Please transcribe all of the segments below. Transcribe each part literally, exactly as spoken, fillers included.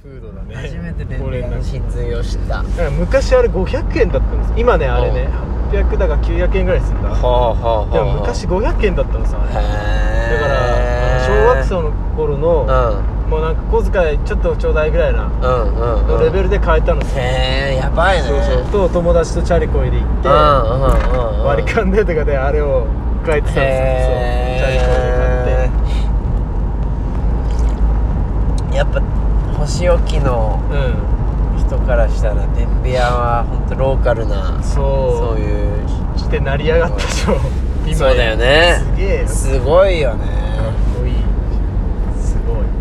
フードだね。 初めて便利屋の真髄を知った。 だから昔あれごひゃくえんだったんです。今ねあれねはっぴゃくだかきゅうひゃくえんぐらいするんだ。はあはあはあ、 でも昔ごひゃくえんだったのさ。 へだから小学生の頃の、うん、もうなんか小遣いちょっとちょうだいぐらいな、うんうんうん、のレベルで買えたのさ。 へえ、やばいね。 そうそうと友達とチャリこいで行って、うんうんうん、割り勘でとかであれを買えてたんですよ。そうチャリこいで買って。やっぱ星置きの人からしたら天秤屋は本当ローカルな、 そうそういうして成り上がったでしょ今。そうだよね。 すげえすごいよね。 かっこいい。すごい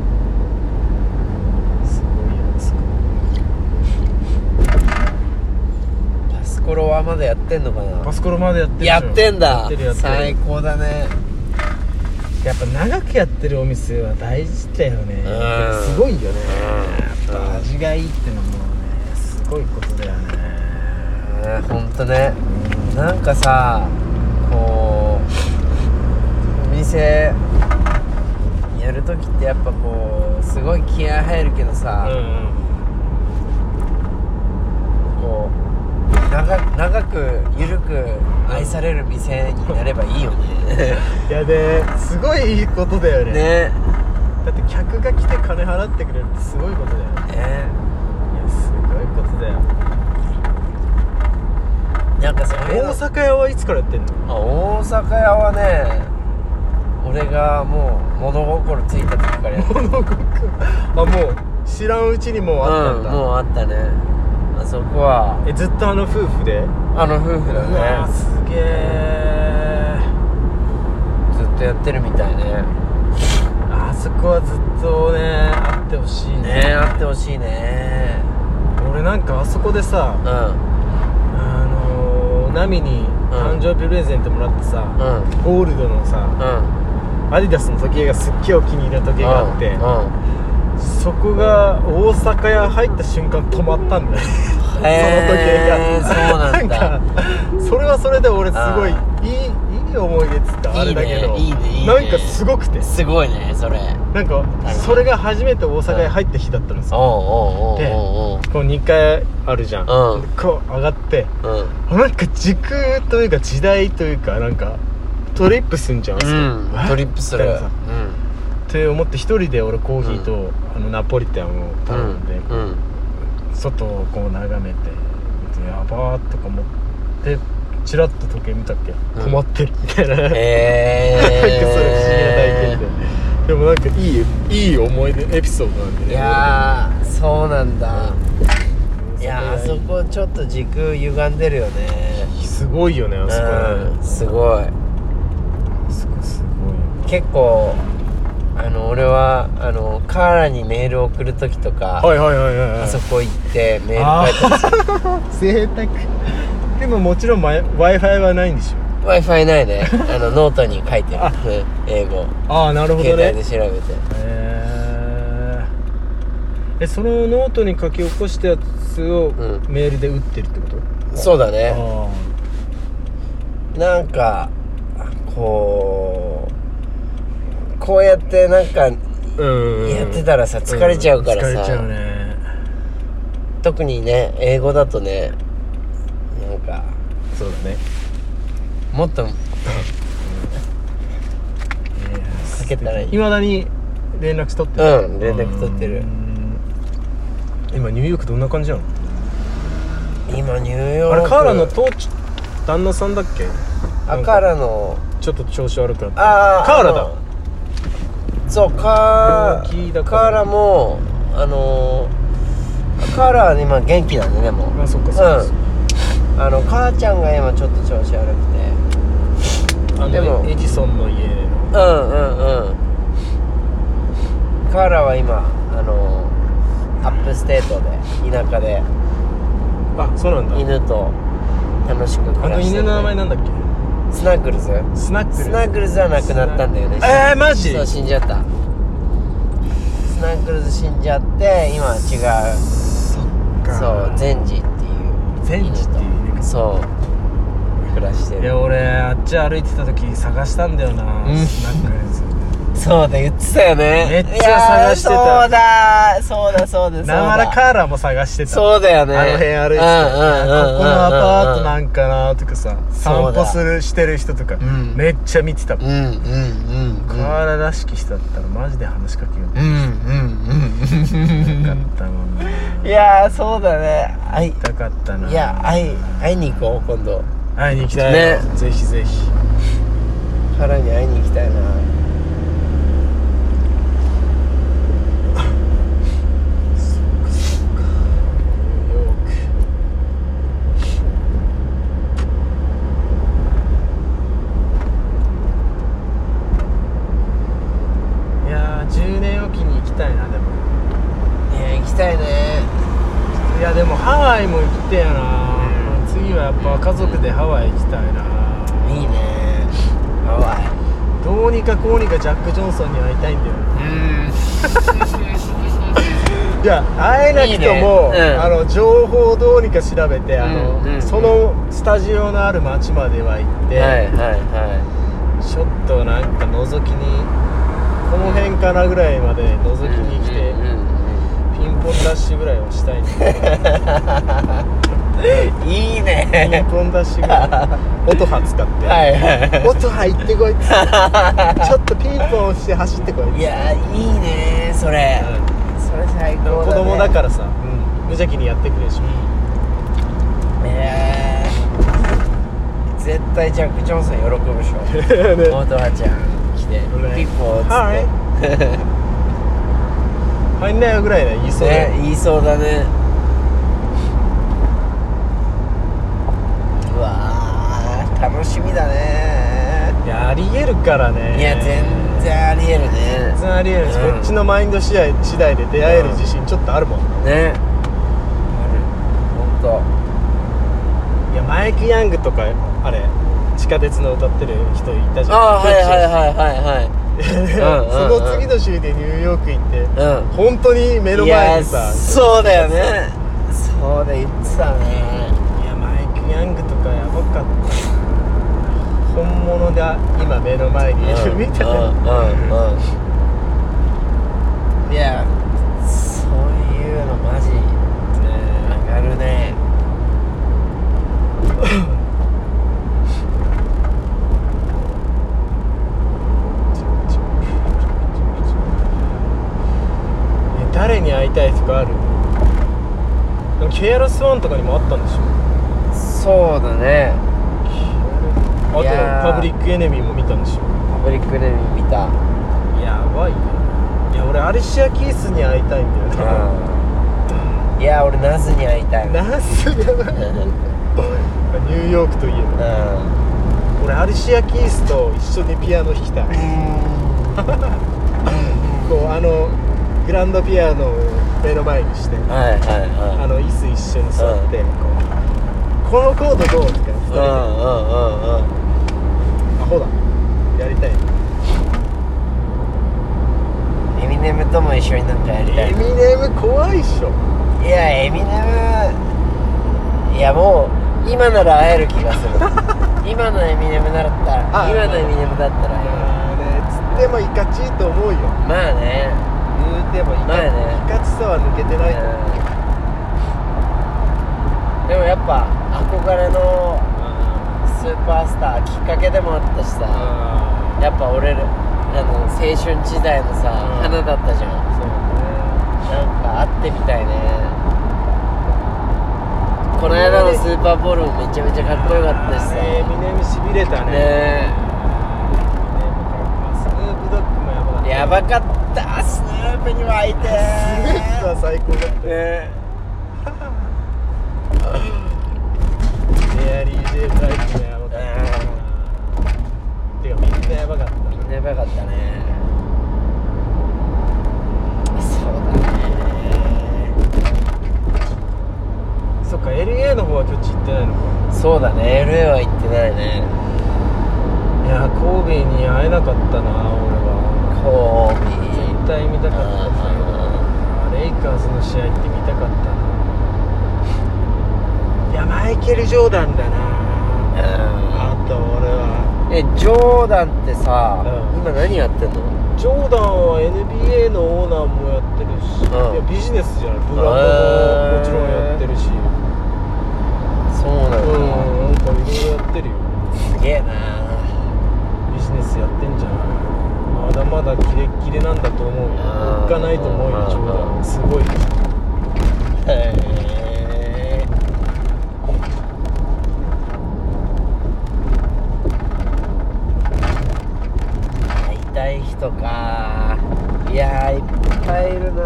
すごいよ。すごい。 パスコロはまだやってんのかな。 パスコロまだやってる。 やってんだ。 やってるやってる。 最高だね。 やっぱ長くやってるお店は大事だよね。すごいよね。やっぱ味がいいってのもねすごいことだよね。 ほんとね。なんかさ、こうお店やるときってやっぱこうすごい気合入るけどさ、うんうん、こう長, 長く緩く愛される店になればいいよね。 いやですごいいいことだよね。 ね、 だって客が来て金払ってくれるってすごいことだよね。ね、いやすごいことだよ。 なんかそれ大阪屋はいつからやってんの？ あ、大阪屋はね、俺がもう物心ついた時からやってる。物心あ、もう知らんうちにもうあったんだ。 うん、もうあったね。あそこはえ、ずっとあの夫婦で？ あの夫婦だね。 うわすげえ。 ずっとやってるみたいね。 あそこはずっとねあってほしい ね, ねあってほしいね。 俺なんかあそこでさ、うん、あのー、ナミに誕生日プレゼントもらってさ、うん、ゴールドのさ、うん、アディダスの時計がすっげえお気に入りの時計があって、うんうん、そこが大阪屋入った瞬間止まったんだよ。その時計がそうなんだ。 なんかそれはそれで俺すごいいいいい思い出っつったあれだけど、 いいねいいねいいね、 なんかすごくてすごいねそれ。 なんかそれが初めて大阪へ入った日だったんですよ。 おうおうおうおう。 でこうにかいあるじゃん、うん、こう上がって、うん、なんか時空というか時代というかなんかトリップすんじゃん、うん、 トリップする、うん、 って思って一人で俺コーヒーと、うん、あのナポリタンを頼んで、うんうん、外をこう眺めてやばーとか思ってチラッと時計見たっけ、うん、止まってるみたいな、えー、なんかそれ不思議な体験で、でもなんかいいいい思い出エピソードなんでね。 いやーそうなんだ、うん、いやあそこちょっと時空歪んでるよね。 すごいよねあそこね、 うん、すごいすごいすごい。 結構あの俺はあのカーラにメールを送る時とか、 はいはいはいはい、 あそこ行ってメール書いたりする。 贅沢。でももちろん Wi-Fi はないんでしょ？ Wi-Fi ないね。あのノートに書いてる英語。 ああなるほどね。 携帯で調べて。 へえ。そのノートに書き起こしたやつをメールで打ってるってこと？ うん、そうだね。なんかこうこうやってなんかやってたらさ疲れちゃうからさ、 うん、疲れちゃうね。 特にね英語だとねなんかそうだねもっとかけたらいい。 未だに連絡取ってる？ うん連絡取ってる。 今ニューヨークどんな感じなの？ 今ニューヨークあれカーラの当旦那さんだっけ？ あカーラのちょっと調子悪くなったあカーラだ。 そうカーカーラもあのー、カーラは今元気なんでねもう。 あそっかそっか、 うん、あの母ちゃんが今ちょっと調子悪くてあのでもエジソンの家のうんうんうんカーラは今あのアップステートで田舎であそうなんだ犬と楽しく暮らしてる、ね、 あの犬の名前なんだっけ？ スナックルズスナックルズスナックルズは亡くなったんだよね。 えーマジ？ そう死んじゃった。スナックルズ死んじゃって今は違う。 そっかそうゼンジっていうゼンジっていうそう暮らしてる。 いや俺あっち歩いてた時探したんだよな、うん、スナックルズそうだ言ってたよね。 めっちゃ探してた。 いやそうだそうだそうだそうだ。 なまらカーラも探してた。 そうだよね。 あの辺歩いてた。ここのアパートなんかなとかさ、散歩するしてる人とか、うん、めっちゃ見てたもん。うんうんうん、うん、カーラらしき人だったらマジで話しかけよう。うんうんうんよかったもんね。 いやーそうだね。会いたかったな。 いや会い会いに行こう今度。 会いに行きたいね。ぜひぜひ。 カーラに会いに行きたいな。 じゅうねんおきに行きたいな。でもいや行きたいね。 いやでもハワイも行きてえやな、うん、次はやっぱ家族でハワイ行きたいな。 いいねハワイ。 どうにかこうにかジャック・ジョンソンに会いたいんだよ。うんいや会えなくともいい、ねうん、あの情報をどうにか調べて、うん、あの、うん、そのスタジオのある町までは行って、はいはいはい、ちょっとなんか覗きにこの辺かなぐらいまで覗きに来て、うんうんうん、ピンポンダッシュぐらいはしたいんでいいねピンポンダッシュぐらい音羽使って、はいはい、音羽行ってこいってちょっとピンポン押して走ってこいって。 いやいいねそれ、うん、それ最高だね。 子供だからさ、うん、無邪気にやってくれるし、 うん、えー、絶対ジャック・ジョンソン喜ぶでしょね、音羽ちゃん来てピッポーっつって、はい入んないよぐらいね言いそうだ、 ね、言いそうだね。うわー楽しみだね。 いやありえるからね。 いや全然ありえるね。 全然ありえるし、うん、こっちのマインド次第次第で出会える自信ちょっとあるもんね。 ねあるほんと。 いやマイク・ヤングとかあれ地下鉄の歌ってる人いたじゃん。 ああはいはいはいはいはいその次の週でニューヨーク行って、うん、本当に目の前にさ。 そうだよねそうだ言ってたね。 いやマイク・ヤングとかやばかった。本物で今目の前にいるみたいな、うんうんうん、 いやそういうのマジね上がるね誰に会いたいとかある？でもケアラスワンとかにもあったんでしょ。 そうだね。 あとパブリックエネミーも見たんでしょ。 パブリックエネミー見た。 やばいよ。いや俺アリシア・キースに会いたいんだよな、 うん、いや俺ナスに会いたい。 ナスやばいニューヨークといえば、うん、俺アリシア・キースと一緒にピアノ弾きたいこうあのグランドピアノを目の前にして、はいはいはい、あの椅子一緒に座って、うん、こうこのコードどうとかふたりで、うんうんうんうん、アホだやりたい。 エミネムとも一緒になんかやりたい。 エミネム怖いっしょ。 いやエミネムいやもう今なら会える気がする今のエミネムだったら今のエミネムだったらあねつってもいかちいと思うよ。 まあね言うてもいか、まあね、いかちさは抜けてないと思う、 うん、でもやっぱ憧れのスーパースターきっかけでもあったしさ、うん、やっぱ俺らあの青春時代のさ、うん、花だったじゃん。そうね。なんか会ってみたいね。この間のスーパーボールもめちゃめちゃかっこよかったしさ。 エミネムしびれたね。ねスヌープドッグもやばかった。 やばかった。スヌープには会いてー。 スヌープは最高だったね。 メアリー・ジェイ・ブライトもやばかった。てかみんなやばかった。 みんなやばかったね。そうだね。 そっか エルエー の方は今日行ってないのか。 そうだね エルエー は行ってないね。 いや神戸に会えなかったな俺は。 神戸絶対見たかったですけどレイカーズの試合って見たかったな。いやマイケル・ジョーダンだな。あと俺はえジョーダンってさ、うん、今何やってんの？ ジジョーダンは エヌビーエー のオーナーもやってるし、 うん、 いやビジネスじゃない、ブランドももちろんやってるし、 そうなんだ、 うん、なんかいろいろやってるよ。 すげえな、 ビジネスやってんじゃない。まだまだキレッキレなんだと思うよ。行かないと思うよ、ジョーダンすごいです。 へえ。会いたい人か。いやーいっぱいいるな。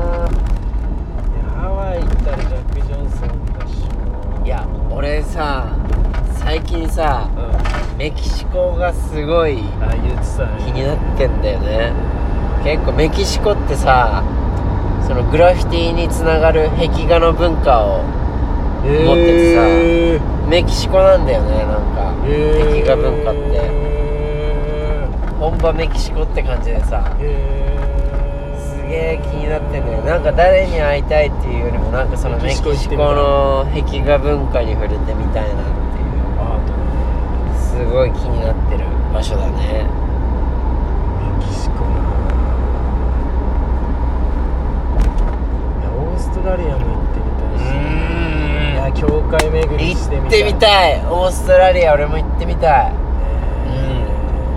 ハワイ行ったらジャック・ジョンソンだし。 いや俺さ最近さ、うん、メキシコがすごい気になってんだよね。結構メキシコってさ、そのグラフィティにつながる壁画の文化を持っててさ、えー、メキシコなんだよね。なんか、えー、壁画文化って、えー、本場メキシコって感じでさ、えー、すげえ気になってんだよ。なんか誰に会いたいっていうよりもなんかそのメキシコの壁画文化に触れてみたいなっていう、すごい気になってる場所だね。 メキシコな。オーストラリアも行ってみたいし、いや教会巡りしてみたい。 行ってみたい。オーストラリア俺も行ってみたい、え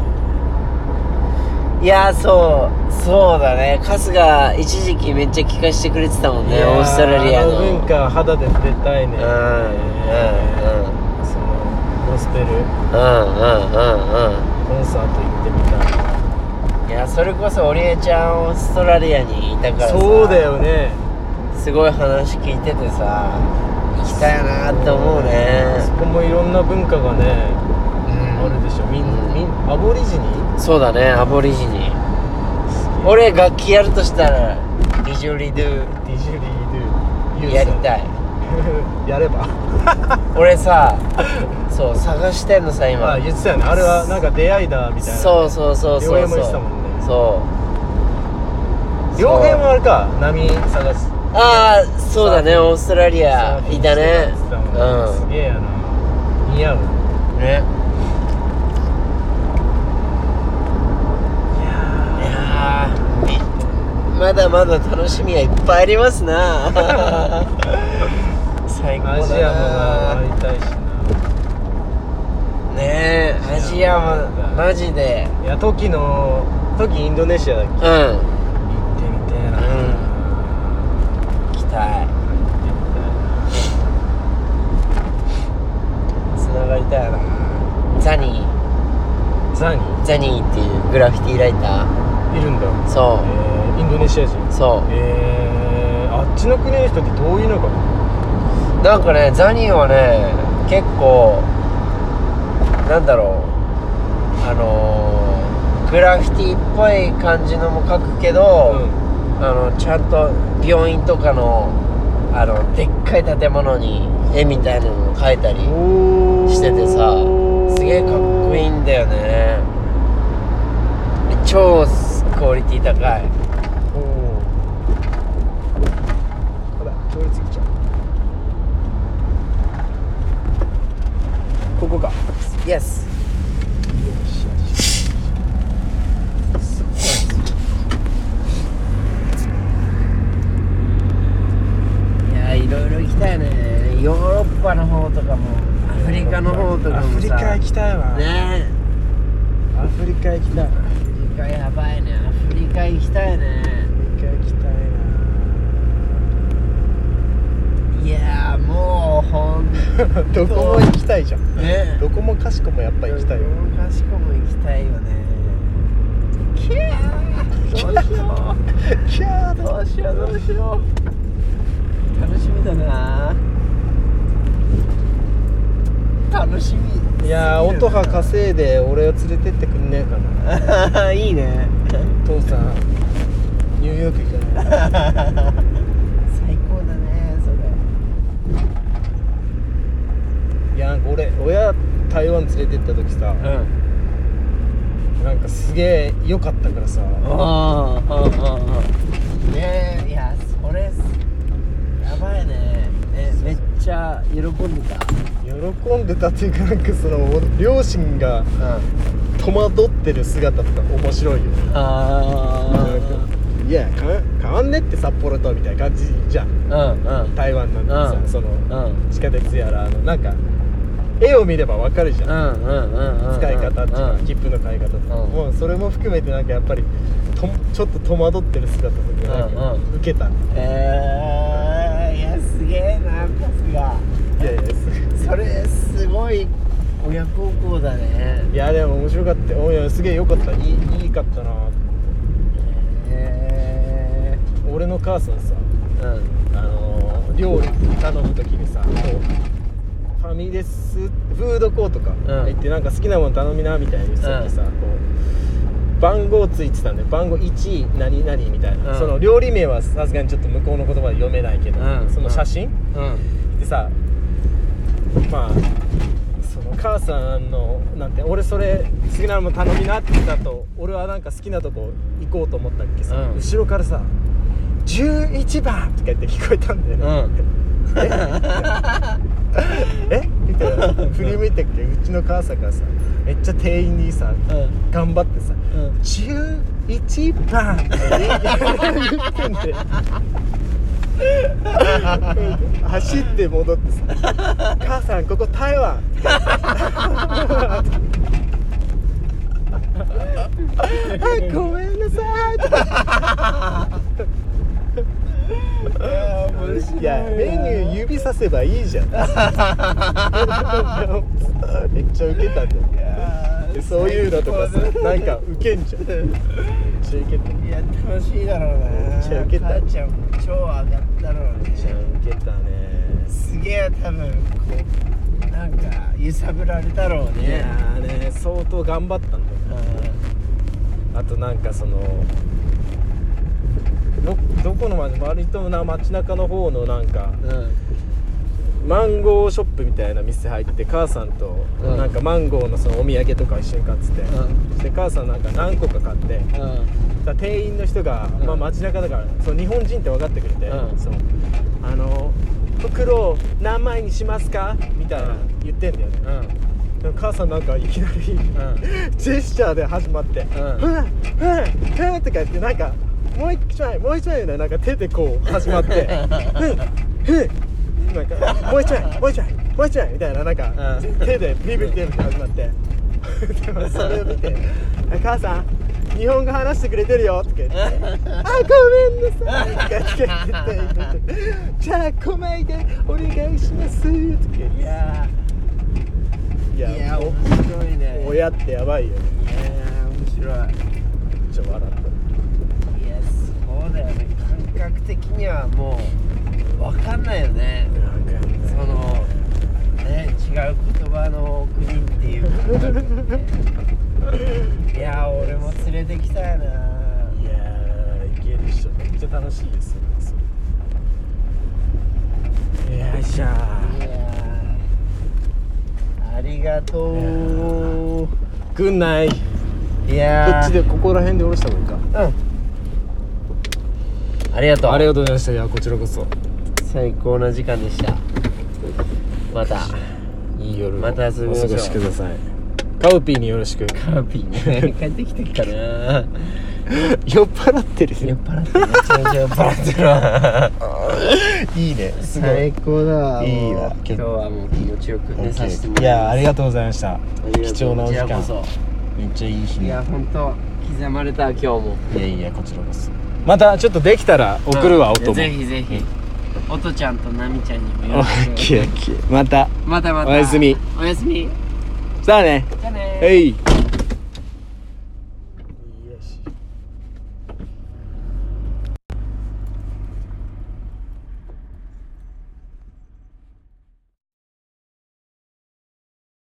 ー、うん、いやそうそうだね。春日一時期めっちゃ聞かせてくれてたもんね、オーストラリアの。 あの文化肌で触れたいね。うん、うん、 うん、 そのゴスペル、うん、うん、うん、うん、コンサート行ってみたい。 いやそれこそオリエちゃんオーストラリアにいたからさ、 そうだよね。 すごい話聞いててさ、行きたいなって思うね。 そこもいろんな文化がね、うん、あるでしょ。みん、うん、みんアボリジニ。 そうだね、アボリジニ。俺楽器やるとしたらディジュリドゥディジュリドゥやりたいやれば俺さそう探してんのさ今。 あ言ってたよね。あれはなんか出会いだみたいな。 そうそうそうそうそう。 両辺も言ってたもんね。 そう両辺もあれか、波探す。 ああそうだね、オーストラリアいたね。 うん、すげえやな、似合うね。いやーまだまだ楽しみはいっぱいありますな最高だな。 アジアも会いたいしな。 ねえアジアもマジで。 いやトキのトキインドネシアだっけ。うん、行ってみてえな。うん、 行きたい。つながりたいな。ザニーザニーザニーっていうグラフィティライターいるんだ。 そう、 えー、インドネシア人。 そう、 えー、あっちの国の人ってどういうのかな。なんかねザニーはね結構なんだろう、あのー、グラフィティっぽい感じのも描くけど、うん、あのちゃんと病院とかのあのでっかい建物に絵みたいなのを描いたりしててさ、すげえかっこいいんだよね。超クオリティ高い。 おお、ほら通り過ぎちゃう。ここか。 イエス。いやいろいろ行きたいね。ヨーロッパの方とかもアフリカの方とかもさ。 アフリカ行きたいわね。 アフリカ行きたい。 アフリカやばいね。アフリカ行きたいね。 アフリカ行きたいな。 いやもうほんどこも行きたいじゃんね。 どこもかしこもやっぱ行きたいよ。 どこもかしこも行きたいよね。キャーどうしようキャーどうしようどうしよう。楽しみだな。楽しみ。 いやー音羽稼いで俺を連れてってくんねえかな。 いいね。 父さんニューヨーク行かない。 最高だねそれ。 いやなんか俺親台湾連れてった時さ、うん、なんかすげえ良かったからさ。 ああああねえ、いやそれやばいね。えめっちちゃ喜んでた。 喜んでたっていうか、なんかその両親が戸惑ってる姿とか面白いよね。 あなんかいや変わんねって札幌とみたいな感じじゃん。 あうんうん台湾なんてさ、 うん、 その、 うん、 地下鉄やらあのなんか絵を見ればわかるじゃん、 うんうんうんうん、 使い方っていうか、 うん、 切符の買い方とか、 うん、 もうそれも含めてなんかやっぱりとちょっと戸惑ってる姿とかなんかうんうん受けた。 えー、いやすげえな、パスが。 いやいやすそれすごい親孝行だね。 いやでも面白かったよ。おいやすげえよかった、いいいいかったな。 え俺の母さんさ、 ー、うん、 あのー、料理頼む時にさ、こうファミレスフードコートかうん行ってなんか好きなもの頼みなみたいに言ってたってさ、 うんこう番号ついてたんで、番号いち何々みたいな、 うんその料理名はさすがにちょっと向こうの言葉で読めないけど、 うんその写真、 うんでさ、まあその母さんのなんて、俺それ好きなもの頼みなって言った後、俺はなんか好きなとこ行こうと思ったっけさ、 うん後ろからさじゅういちばんとか言って聞こえたんだよね、 うん、 ええみたいな振り向いてっけ、うちの母さんがさめっちゃ店員にさ、 うん、 頑張ってさ、 うん、 じゅういちばんって言ってんで走って戻ってさ母さんここ台湾ごめんなさいいやメニュー指させばいいじゃんめっちゃウケたんだよ。でそういうのとかさなんかウケんじゃん。めっちゃウケた。 いや楽しいだろうな。 めっちゃウケた。 母ちゃんも超上がったろうね。 めっちゃウケたね。 すげえ多分こうなんか揺さぶられたろうね。 いやーね相当頑張ったんだよ。あとなんかそのど, どこの街、割とな街中の方のなんか、 うん、 マンゴーショップみたいな店入って、母さんとなんかマンゴーのそのお土産とか一緒に買ってて、うん、で母さんなんか何個か買って、うん、だ店員の人が、うんまあ、街中だからその日本人って分かってくれて、うん、そのあの袋何枚にしますかみたいな言ってんだよね、うん、でも母さんなんかいきなり、うん、ジェスチャーで始まって「ふんふんふん」とか言ってなんかもう一枚もう一枚みたいな、なんか手でこう始まって「ふんふん」なんかもう一枚もう一枚もう一枚みたいな、なんか、うん、手でビリビリビリって始まってでもそれを見て「母さん日本語話してくれてるよ」とか言って「あごめんなさい」とか言って「じゃあ小前でお願いします」とか言って。 いやいやいや面白いね。 親ってやばいよね。 いや面白い。 めっちゃ笑った。 いやそうだよね。感覚的にはもう分かんないよね。 分かんない。 そのね違う言葉の国っていう感覚っていや俺も連れてきたいな。いやー行けるっしょ。めっちゃ楽しいですよ。よいしょ。 いやありがとう。 くんない。 いやこっちでここら辺で下ろした方がいいか。 うんありがとう。 ありがとうございました。いやこちらこそ最高な時間でした。またいい夜をまた遊びましょう。 お過ごしください。カウピーによろしく。 カウピーね帰ってきてっかな酔っ払ってる。 酔っ払ってる。めちゃめちゃ酔っ払ってるわいいね。すごい最高だわ。 いいわ。 今日はもう気持ちよく寝させてもらいます。 いやありがとうございました。貴重なお時間。 こちらこそめっちゃいい日。 いや本当刻まれた今日も。 いやいやこちらこそ。またちょっとできたら送るわ、音も。 ぜひぜひ。おとちゃんとなみちゃんにもよオろしく。 ッケーオッケー。またまたまた。 おやすみ。 おやすみ。 さあね。 じゃあねー。 はい。